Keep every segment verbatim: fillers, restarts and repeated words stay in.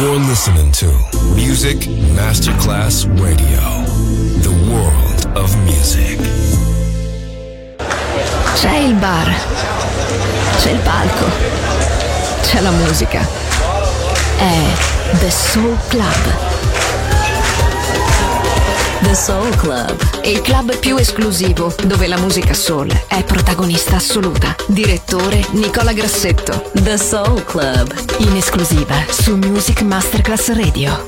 You're listening to Music Masterclass Radio, the world of music. C'è il bar, c'è il palco, c'è la musica. È The Soul Club. The Soul Club, il club più esclusivo dove la musica soul è protagonista assoluta. Direttore Nicola Grassetto. The Soul Club, in esclusiva su Music Masterclass Radio.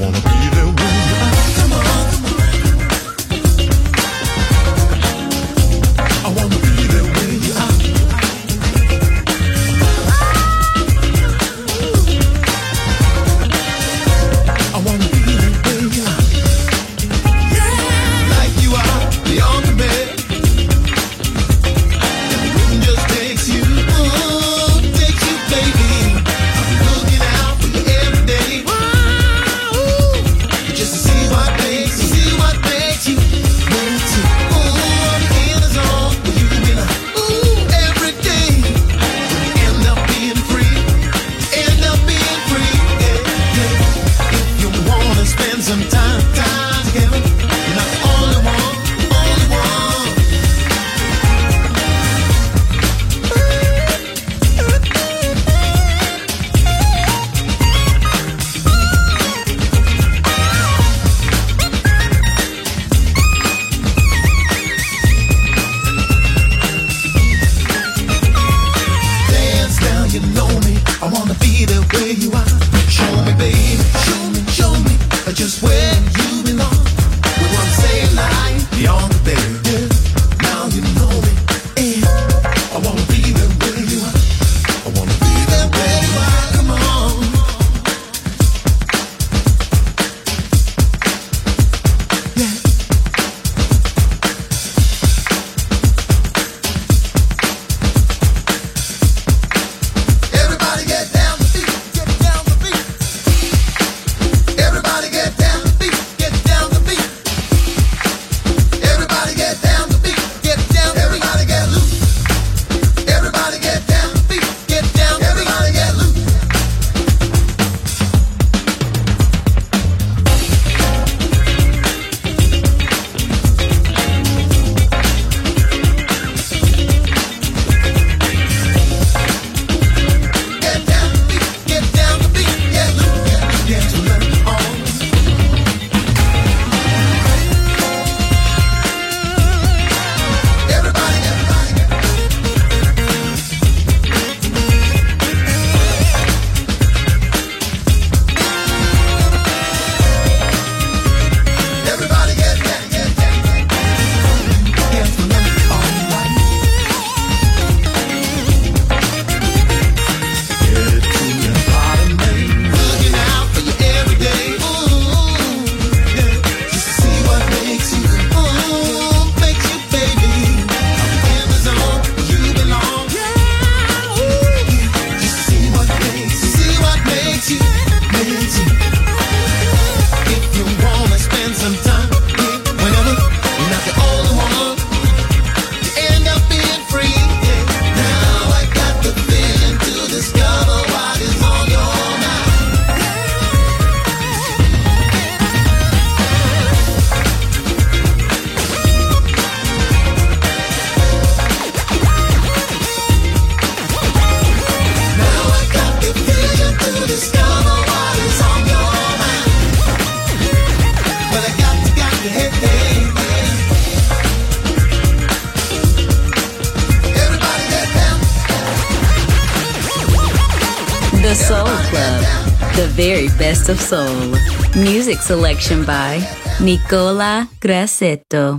The Soul Club, the very best of soul. Music selection by Nicola Grassetto.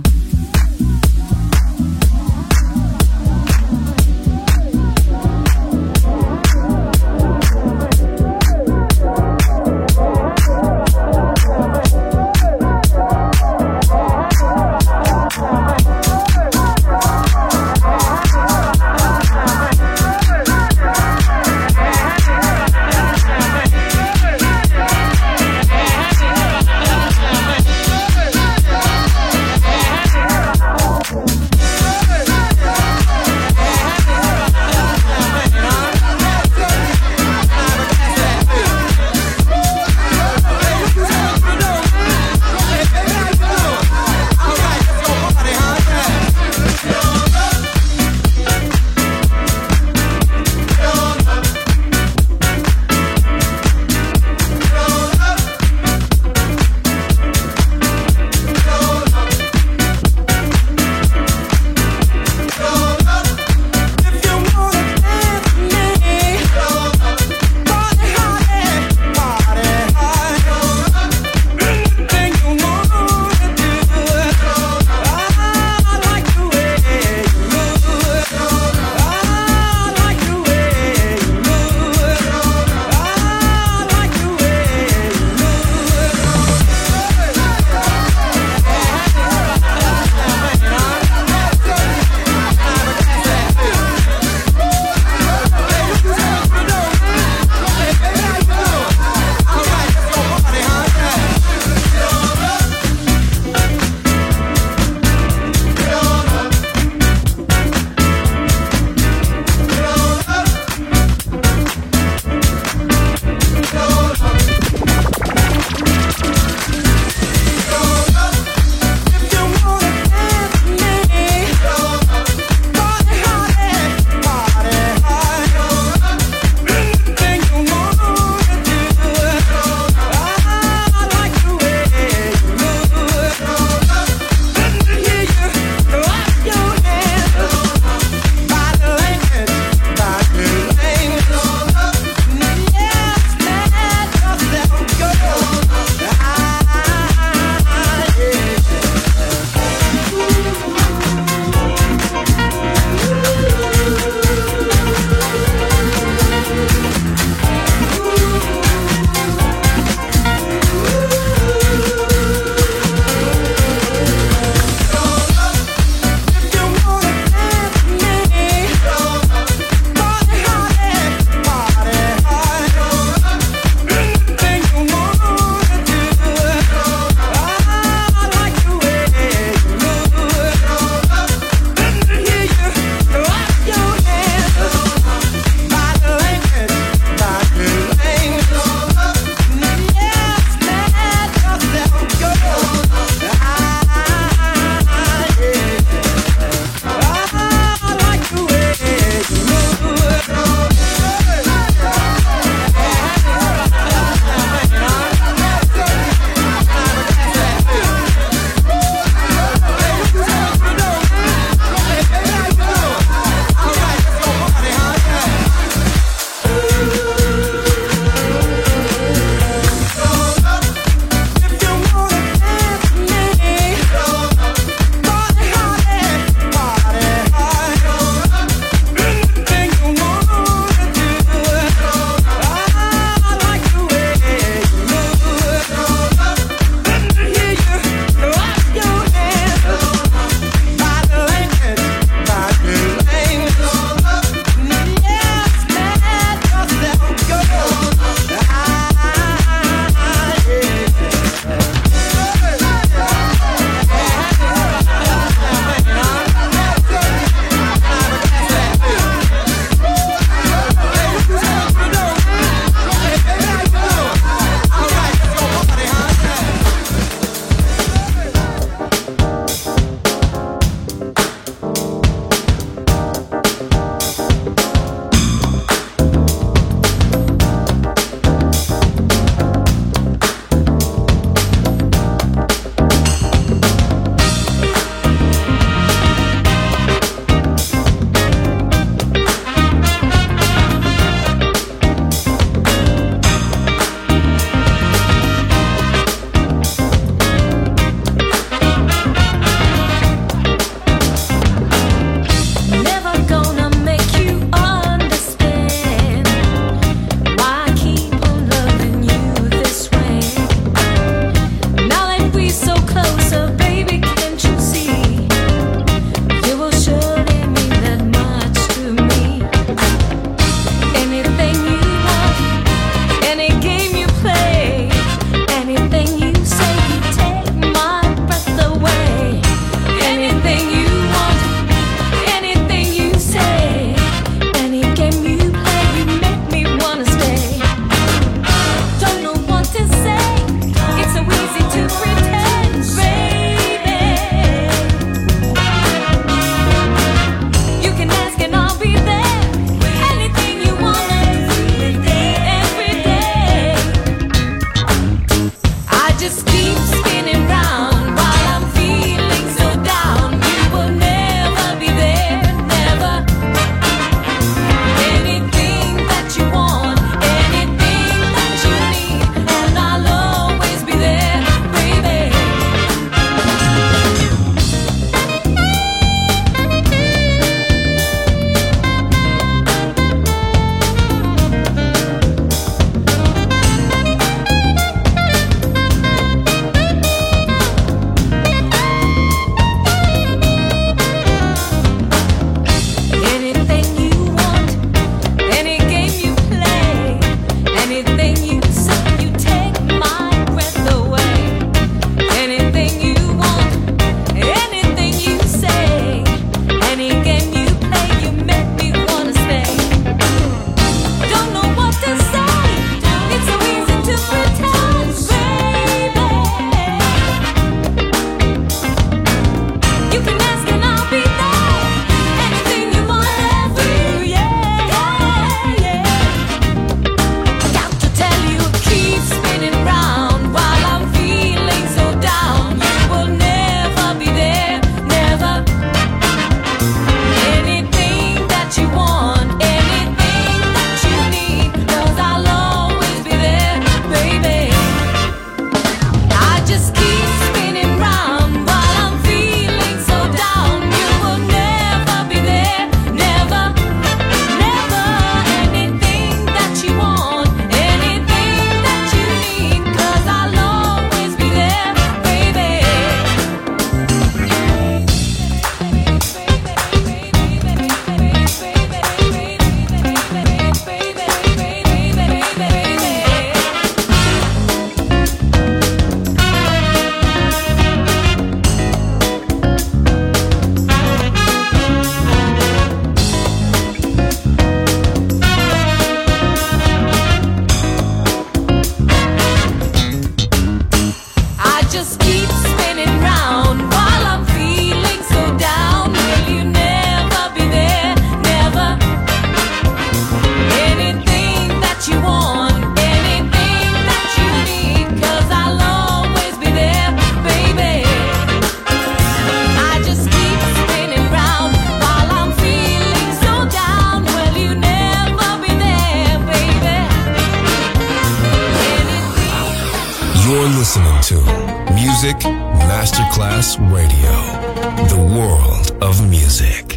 You're listening to Music Masterclass Radio, the world of music.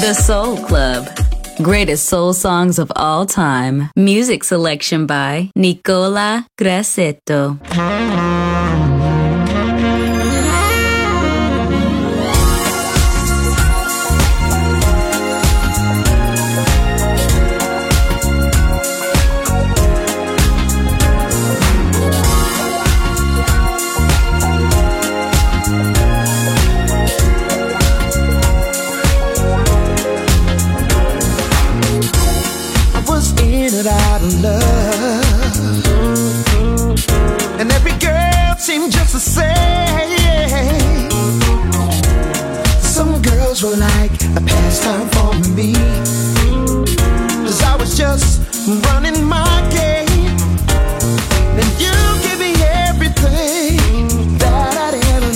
The Soul Club. Greatest soul songs of all time. Music selection by Nicola Grassetto. Out of love, and every girl seemed just the same. Some girls were like a pastime for me, 'cause I was just running my game, and you give me everything that I'd ever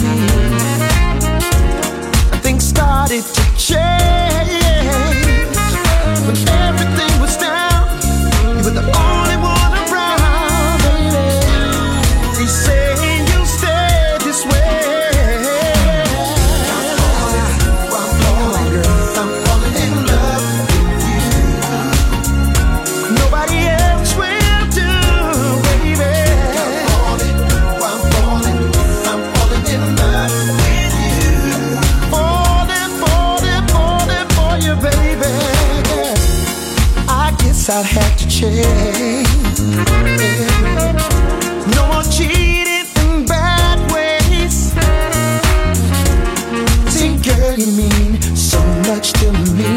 need. Things started to change when everything was down. You were the only one around, baby. They say you'll stay this way. I'm falling, I'm falling, girl. I'm falling in love with you. Nobody else will do, baby. I'm falling, I'm falling, I'm falling in love with you. Falling, falling, falling for you, baby. I guess I'll have to change. No more cheating in bad ways. See, girl, you mean so much to me.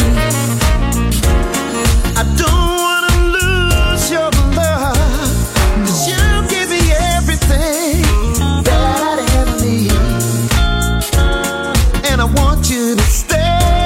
I don't wanna lose your love, 'cause you give me everything that I'd ever need, and I want you to stay.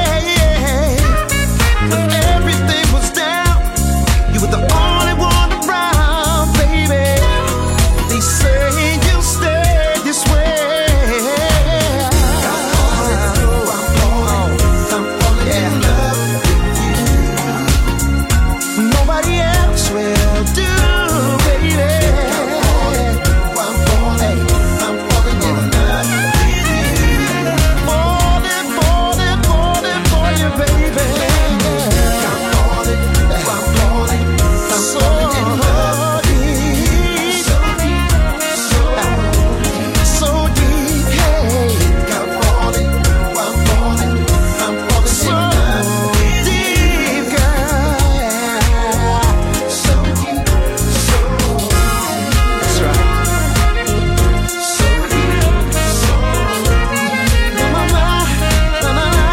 When everything was down, you were the only one around, baby. They say you'll stay this way. I'm falling, I'm falling, I'm falling in love with you. Nobody else will do, baby. I'm falling, I'm falling in love with you. Falling, falling, falling for you, baby. I'm falling, I'm falling. So deep, so deep, so deep, hey. I'm falling, I'm falling, I'm falling so deep, girl. So deep, so deep. That's right. So deep, so deep. Na na na, na na na,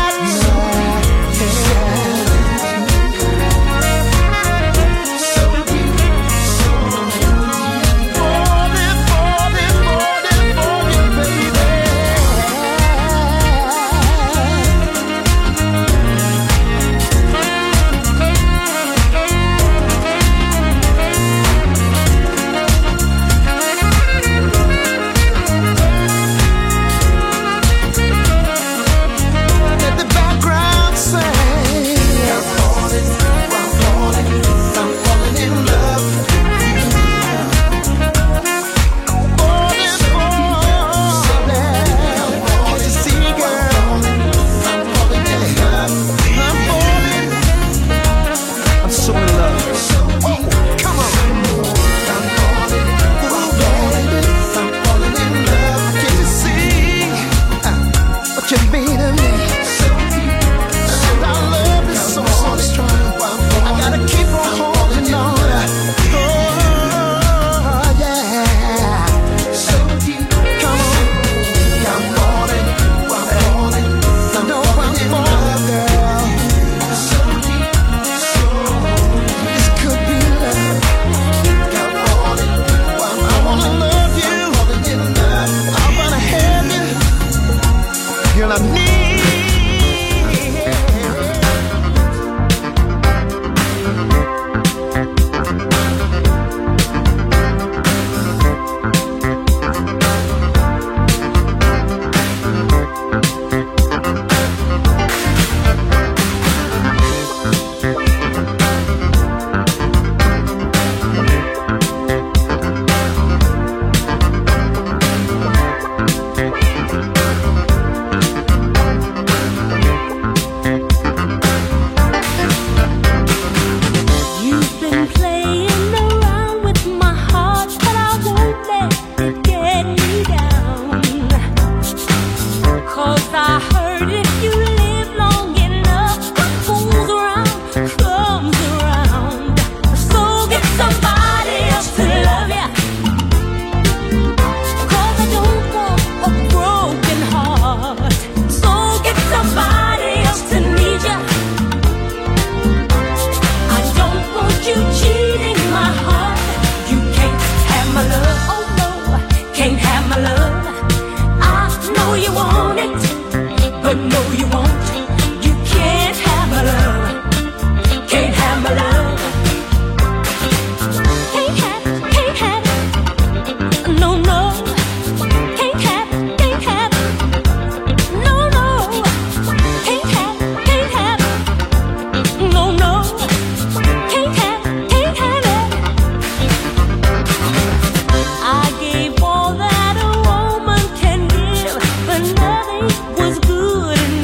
so deep. Falling, falling, falling for you, baby. Let the background sing. I'm falling, I'm falling, I'm falling in love with you. Falling, falling, can't you see, girl? I'm falling in love. I'm falling, I'm so in love. Oh, come on. I'm falling, I'm falling, I'm falling in love. Can't you see uh, what you mean to me? And our love is so, so strong. I gotta keep on holding on. Oh, yeah. So deep. Come on. I'm falling, I'm falling, I'm falling in love, girl. So deep, so this could be love. I'm falling, I wanna love you. I wanna have you. Girl, I need. but no you won't. You can't have my love, can't have my love. Can't have, can't have, no, no. Can't have, can't have, no, no. Can't have, can't have, no, no. Can't have, can't have it. I gave all that a woman can give, but nothing was good enough.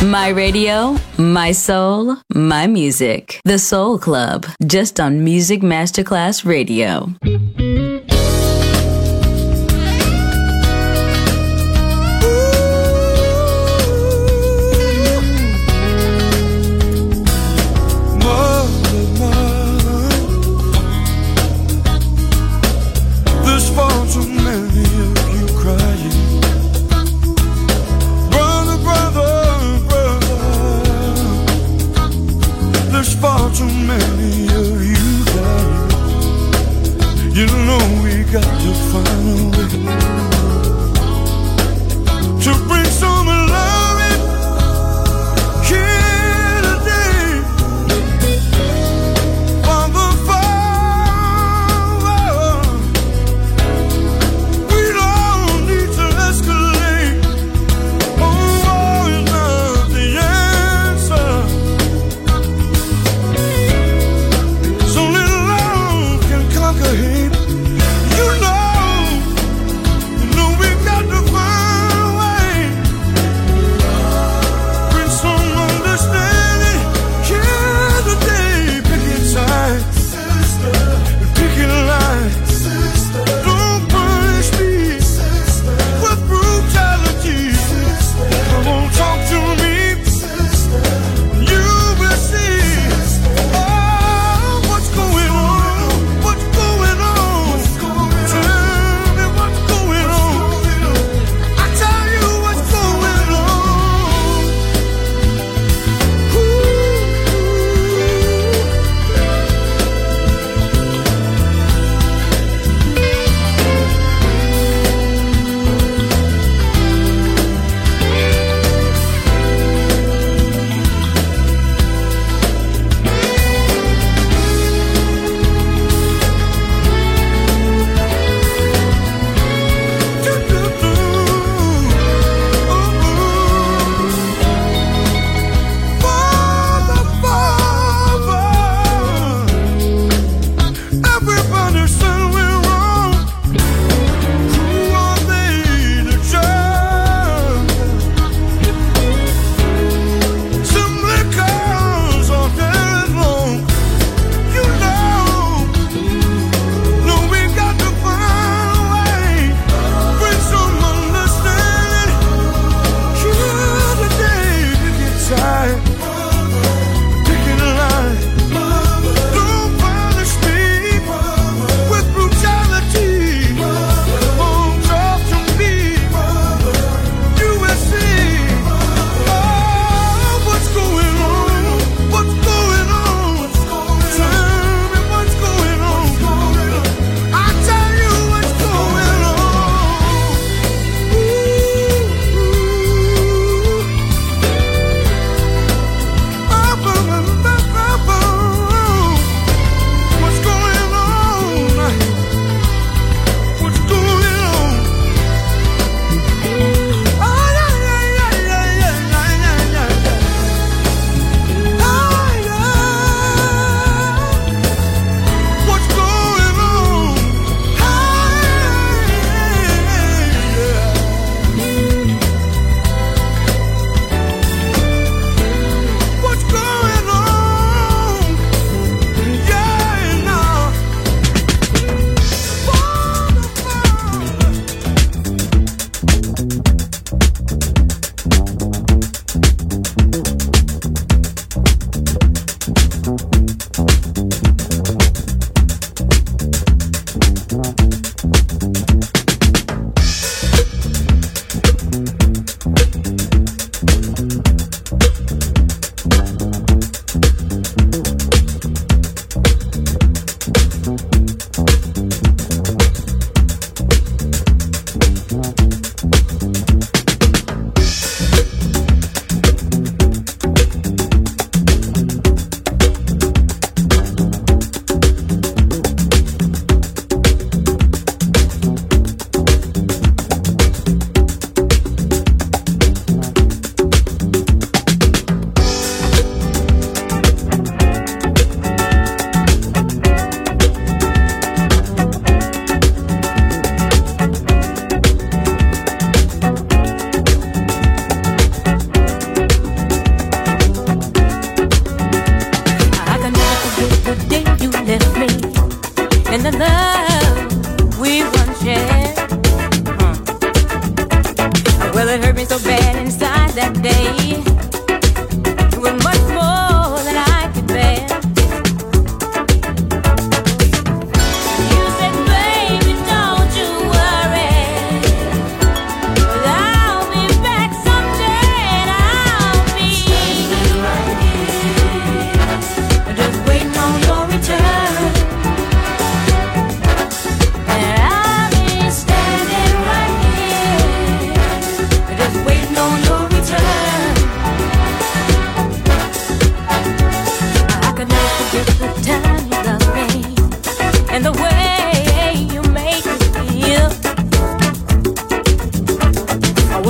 My radio, my soul, my music. The Soul Club, just on Music Masterclass Radio. Far too many of you guys. You know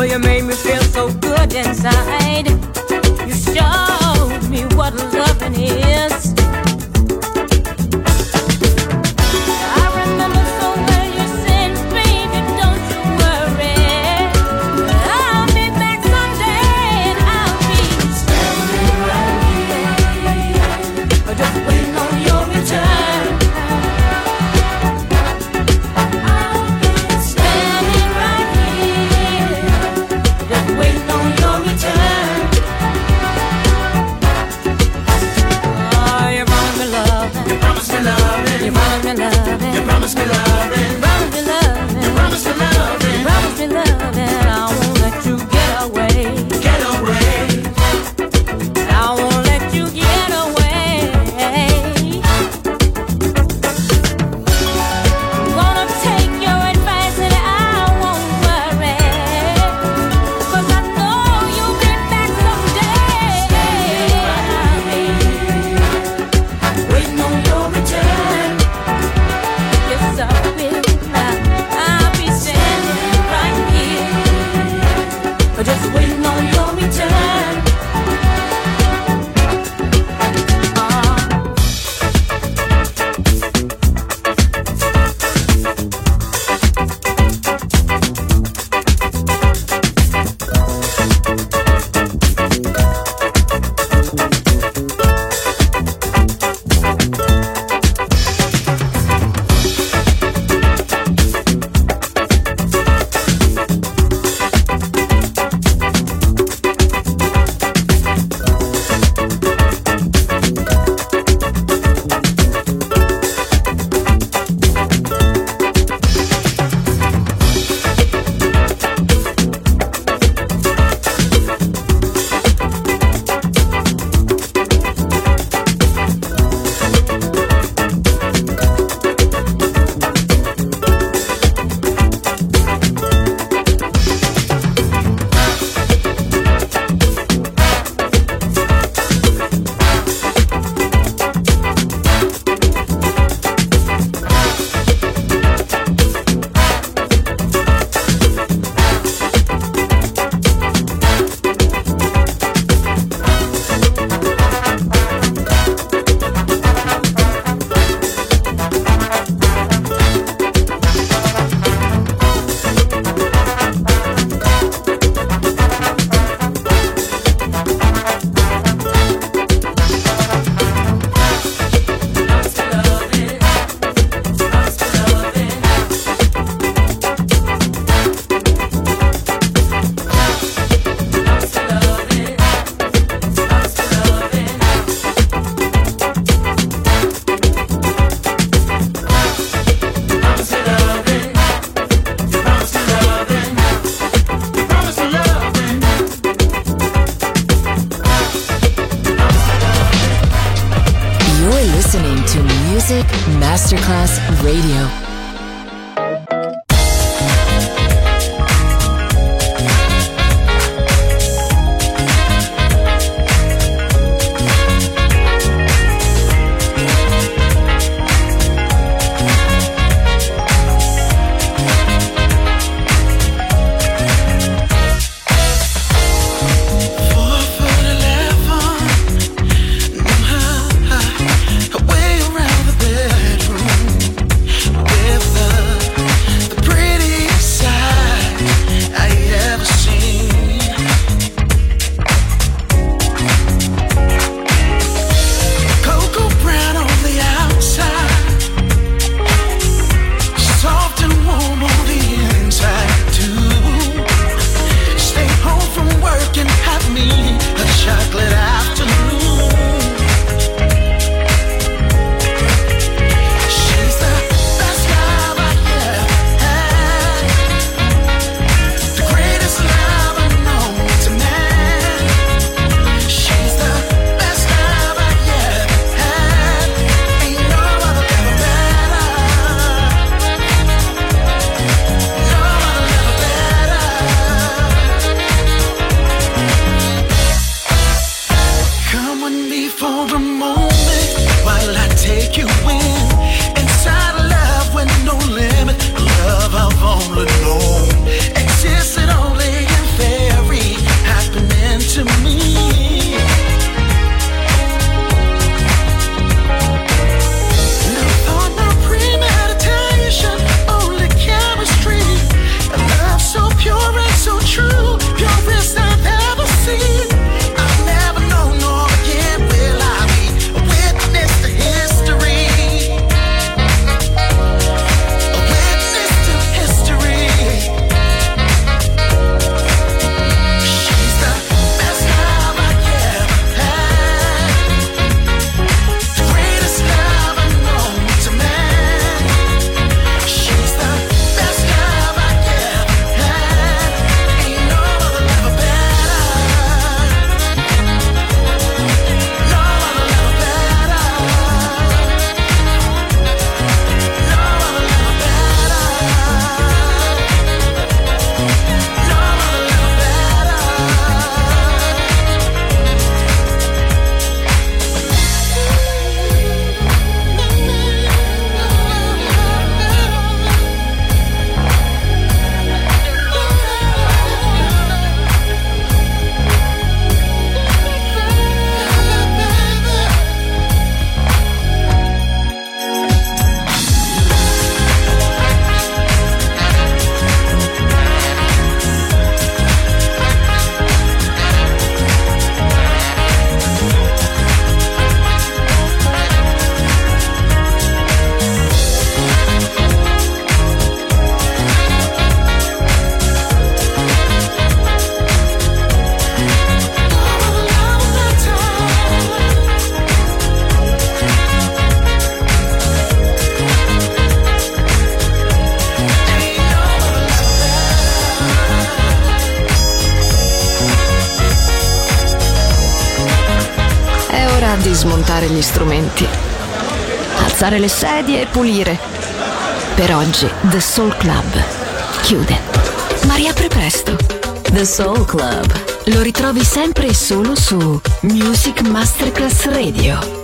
Well, you made me feel so good inside. You showed me what loving is. I remember so well you said, baby, don't you worry. I'll be back someday and I'll be standing right here, just waiting on your return. I'll be standing right here, just waiting on your return. Oh, you promised me love. You promised me love. You promised me love. You promised me love. You promised me love. You promised me love. You promised me love. And I won't let you get away. Get away. I won't let you get away. I'm gonna take your advice and I won't worry. 'Cause I know you'll be back someday. Waiting on your return. Yes, I will. I'll be standing right here, just waiting on your return. Uh, You're listening to Music Masterclass Radio. Way around the bedroom, ora di smontare gli strumenti, alzare le sedie e pulire. Per oggi The Soul Club chiude, ma riapre presto. The Soul Club. Lo ritrovi sempre e solo su Music Masterclass Radio.